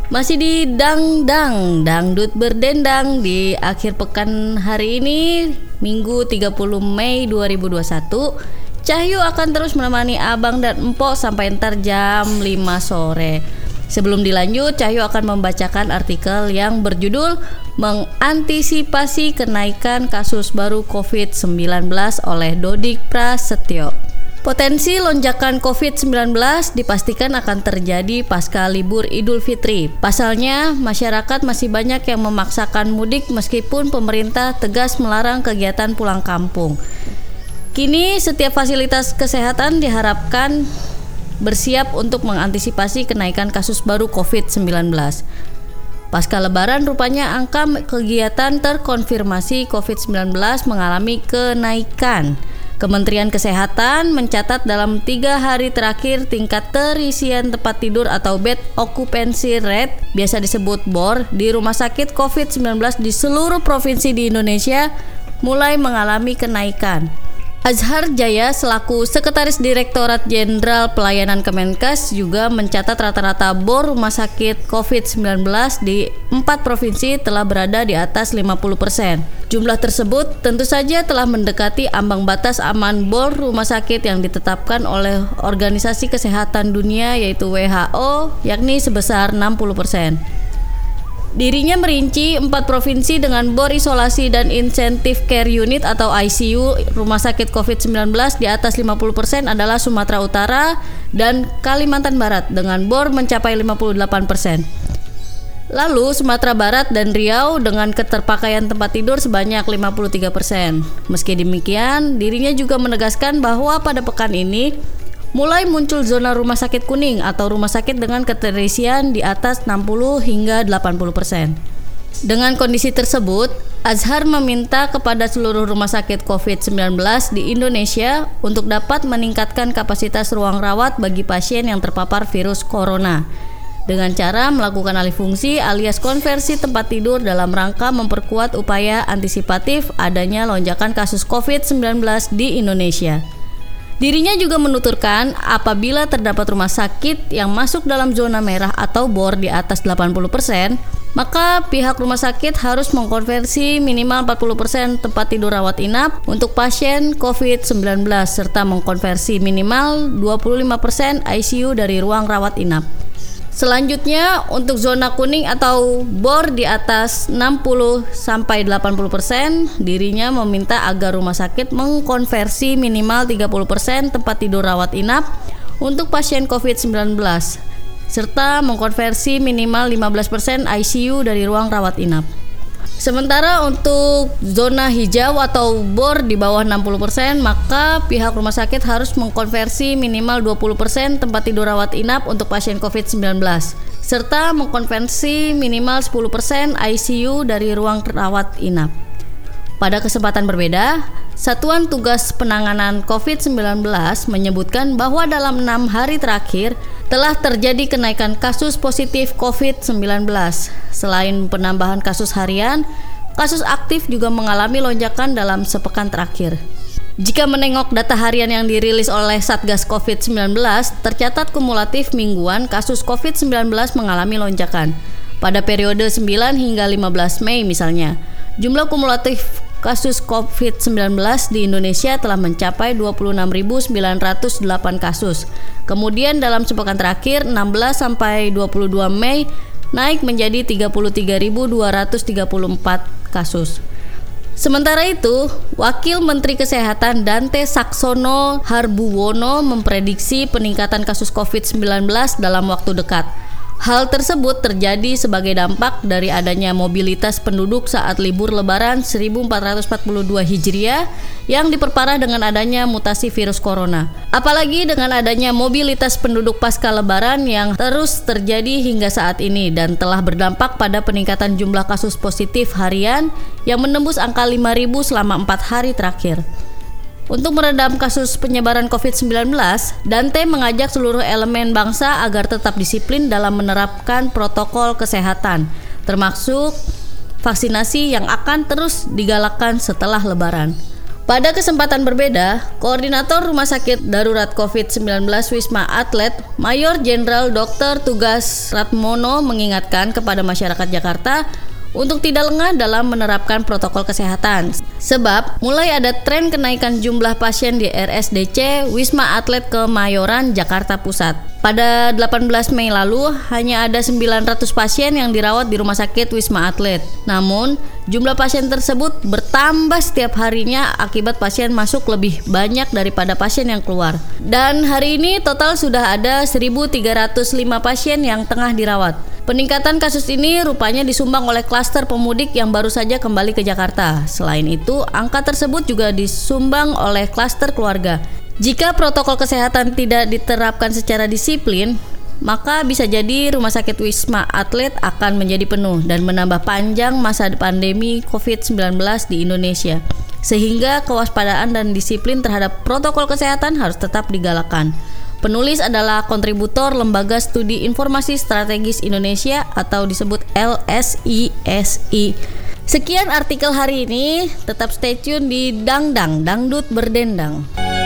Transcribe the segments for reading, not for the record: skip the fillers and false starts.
Masih di Dangdut Berdendang di akhir pekan hari ini, Minggu 30 Mei 2021. Cahyu akan terus menemani Abang dan Empok sampai ntar jam 5 sore. Sebelum dilanjut, Cahyu akan membacakan artikel yang berjudul Mengantisipasi Kenaikan Kasus Baru COVID-19 oleh Dodik Prasetyo. Potensi lonjakan COVID-19 dipastikan akan terjadi pasca libur Idul Fitri. Pasalnya, masyarakat masih banyak yang memaksakan mudik meskipun pemerintah tegas melarang kegiatan pulang kampung. Kini, setiap fasilitas kesehatan diharapkan bersiap untuk mengantisipasi kenaikan kasus baru COVID-19. Pasca Lebaran, rupanya angka kegiatan terkonfirmasi COVID-19 mengalami kenaikan. Kementerian Kesehatan mencatat dalam 3 hari terakhir tingkat terisian tempat tidur atau bed occupancy rate, biasa disebut BOR, di rumah sakit COVID-19 di seluruh provinsi di Indonesia mulai mengalami kenaikan. Azhar Jaya selaku Sekretaris Direktorat Jenderal Pelayanan Kemenkes juga mencatat rata-rata BOR rumah sakit COVID-19 di 4 provinsi telah berada di atas 50%. Jumlah tersebut tentu saja telah mendekati ambang batas aman BOR rumah sakit yang ditetapkan oleh Organisasi Kesehatan Dunia yaitu WHO, yakni sebesar 60%. Dirinya merinci 4 provinsi dengan BOR isolasi dan insentif care unit atau ICU rumah sakit COVID-19 di atas 50% adalah Sumatera Utara dan Kalimantan Barat dengan BOR mencapai 58%. Lalu Sumatera Barat dan Riau dengan keterpakaian tempat tidur sebanyak 53%. Meski demikian, dirinya juga menegaskan bahwa pada pekan ini mulai muncul zona rumah sakit kuning atau rumah sakit dengan keterisian di atas 60 hingga 80%. Dengan kondisi tersebut, Azhar meminta kepada seluruh rumah sakit COVID-19 di Indonesia untuk dapat meningkatkan kapasitas ruang rawat bagi pasien yang terpapar virus corona dengan cara melakukan alih fungsi alias konversi tempat tidur dalam rangka memperkuat upaya antisipatif adanya lonjakan kasus COVID-19 di Indonesia. Dirinya juga menuturkan apabila terdapat rumah sakit yang masuk dalam zona merah atau BOR di atas 80%, maka pihak rumah sakit harus mengkonversi minimal 40% tempat tidur rawat inap untuk pasien COVID-19 serta mengkonversi minimal 25% ICU dari ruang rawat inap. Selanjutnya, untuk zona kuning atau BOR di atas 60-80%, dirinya meminta agar rumah sakit mengkonversi minimal 30% tempat tidur rawat inap untuk pasien COVID-19, serta mengkonversi minimal 15% ICU dari ruang rawat inap. Sementara untuk zona hijau atau BOR di bawah 60%, maka pihak rumah sakit harus mengkonversi minimal 20% tempat tidur rawat inap untuk pasien COVID-19, serta mengkonversi minimal 10% ICU dari ruang rawat inap. Pada kesempatan berbeda, Satuan Tugas Penanganan COVID-19 menyebutkan bahwa dalam 6 hari terakhir telah terjadi kenaikan kasus positif COVID-19. Selain penambahan kasus harian, kasus aktif juga mengalami lonjakan dalam sepekan terakhir. Jika menengok data harian yang dirilis oleh Satgas COVID-19, tercatat kumulatif mingguan kasus COVID-19 mengalami lonjakan. Pada periode 9 hingga 15 Mei misalnya, jumlah kumulatif kasus COVID-19 di Indonesia telah mencapai 26.908 kasus. Kemudian dalam sepekan terakhir 16 sampai 22 Mei naik menjadi 33.234 kasus. Sementara itu, Wakil Menteri Kesehatan Dante Saxono Harbuwono memprediksi peningkatan kasus COVID-19 dalam waktu dekat. Hal tersebut terjadi sebagai dampak dari adanya mobilitas penduduk saat libur Lebaran 1442 Hijriah yang diperparah dengan adanya mutasi virus corona. Apalagi dengan adanya mobilitas penduduk pasca Lebaran yang terus terjadi hingga saat ini dan telah berdampak pada peningkatan jumlah kasus positif harian yang menembus angka 5.000 selama 4 hari terakhir. Untuk meredam kasus penyebaran COVID-19, Dante mengajak seluruh elemen bangsa agar tetap disiplin dalam menerapkan protokol kesehatan, termasuk vaksinasi yang akan terus digalakkan setelah Lebaran. Pada kesempatan berbeda, Koordinator Rumah Sakit Darurat COVID-19 Wisma Atlet, Mayor Jenderal Dr. Tugas Ratmono mengingatkan kepada masyarakat Jakarta untuk tidak lengah dalam menerapkan protokol kesehatan. Sebab mulai ada tren kenaikan jumlah pasien di RSDC Wisma Atlet Kemayoran, Jakarta Pusat. Pada 18 Mei lalu, hanya ada 900 pasien yang dirawat di Rumah Sakit Wisma Atlet. Namun, jumlah pasien tersebut bertambah setiap harinya akibat pasien masuk lebih banyak daripada pasien yang keluar. Dan hari ini total sudah ada 1.305 pasien yang tengah dirawat. Peningkatan kasus ini rupanya disumbang oleh klaster pemudik yang baru saja kembali ke Jakarta. Selain itu, angka tersebut juga disumbang oleh klaster keluarga. Jika protokol kesehatan tidak diterapkan secara disiplin, maka bisa jadi Rumah Sakit Wisma Atlet akan menjadi penuh dan menambah panjang masa pandemi COVID-19 di Indonesia. Sehingga kewaspadaan dan disiplin terhadap protokol kesehatan harus tetap digalakkan. Penulis adalah kontributor Lembaga Studi Informasi Strategis Indonesia atau disebut LSISI. Sekian artikel hari ini, tetap stay tune di Dangdut Berdendang.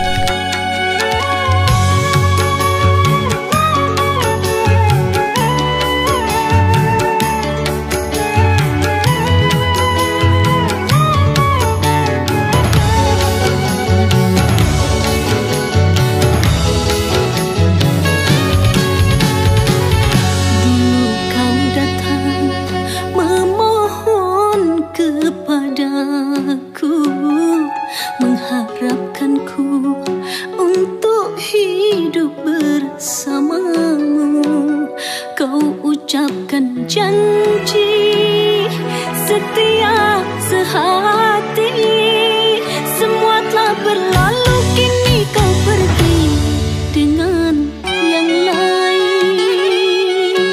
Ucapkan janji setia sehati, semua telah berlalu, kini kau pergi dengan yang lain.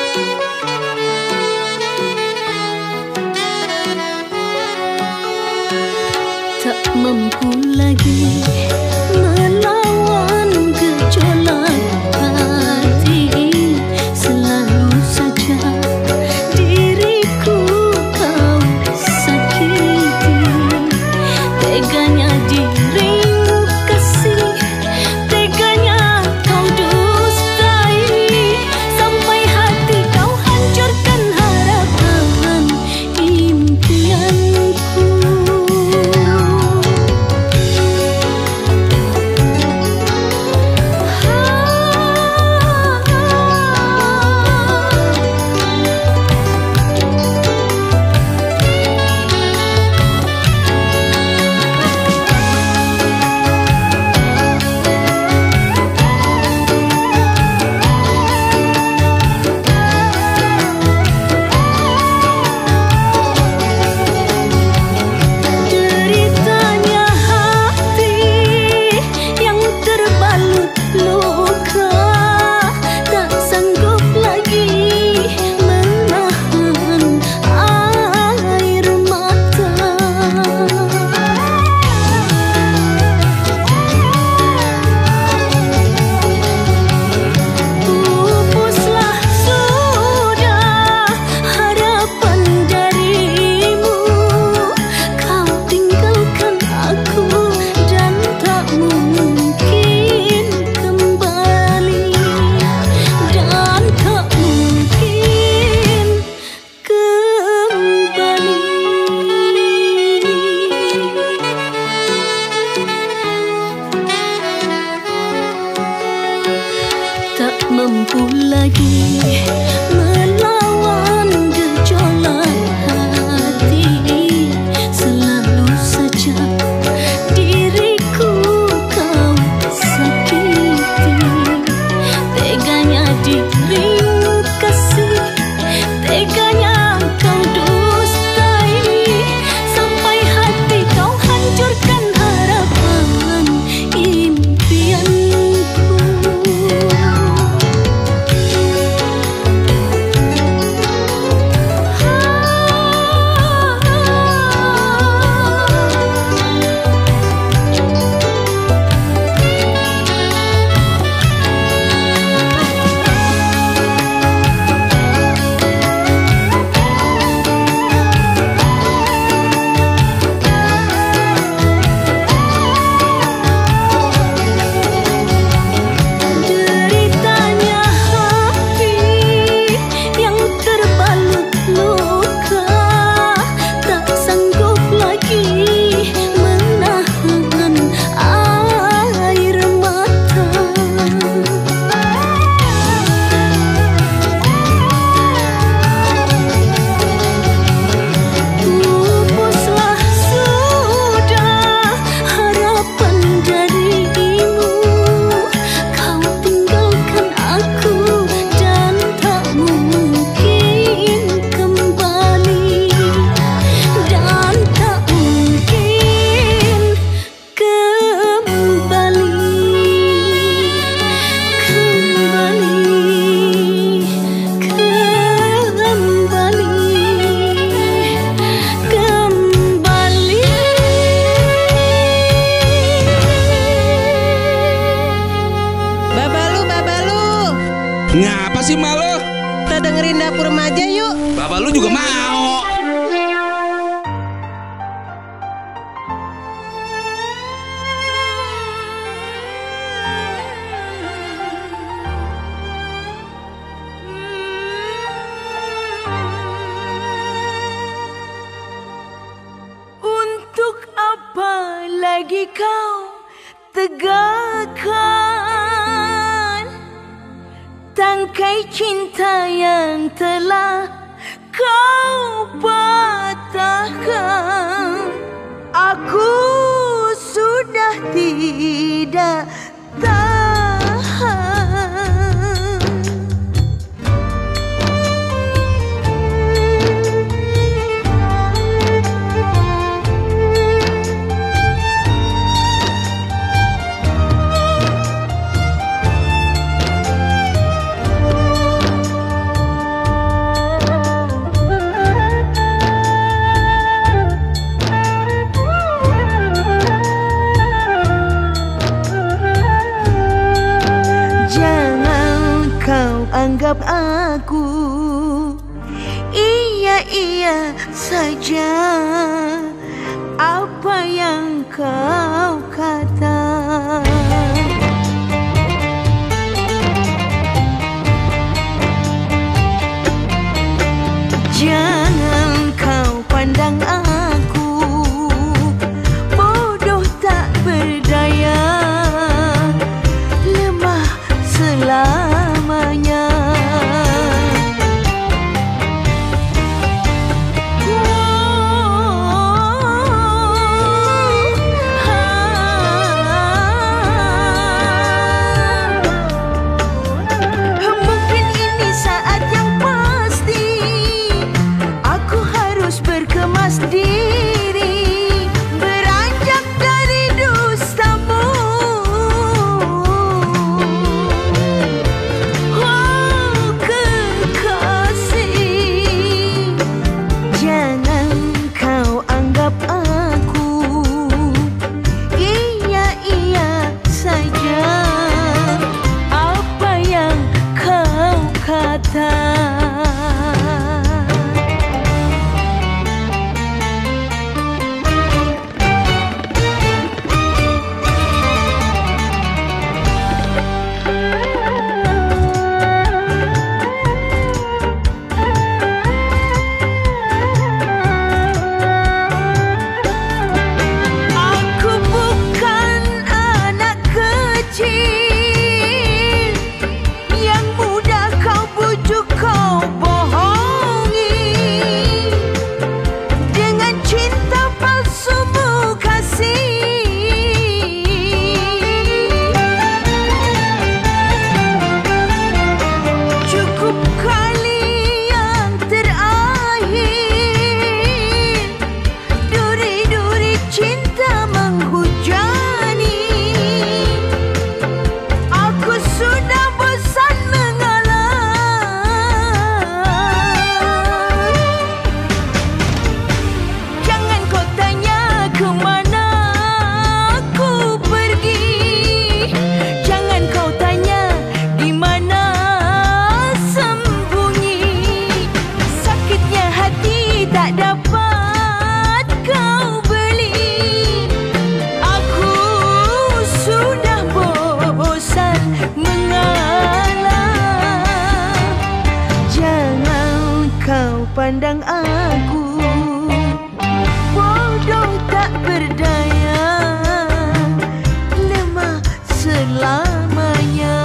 Tak mampu lagi melawan gejolak hati, selalu saja diriku kau sakiti. Teganya dirimu kasih, teganya kau dustai, sampai hati kau hancurkan harapan impianku. Deritanya hati yang terbalut luka, tak sanggup lagi menahan air mata. Pupuslah sudah harapan darimu, kau tinggalkan aku dan tak mungkin kembali, dan tak mungkin kembali. Tak mampu lagi melawan gejolak hati, selalu saja diriku kau sakiti. Teganya dirimu kasih, teganya kau dustai, sampai hati kau hancurkan harapan impianku. Ngapa sih malu? Kita dengerin dapur remaja yuk. Bapak lu juga mau. Untuk apa lagi kau tegakkan tangkai cinta yang telah kau patahkan? Aku sudah tidak tahan. Anggap aku iya-iya saja apa yang kau kata. Jangan kau pandang aku bodoh tak berdaya, lemah selamanya. Pandang aku bodoh tak berdaya, lemah selamanya.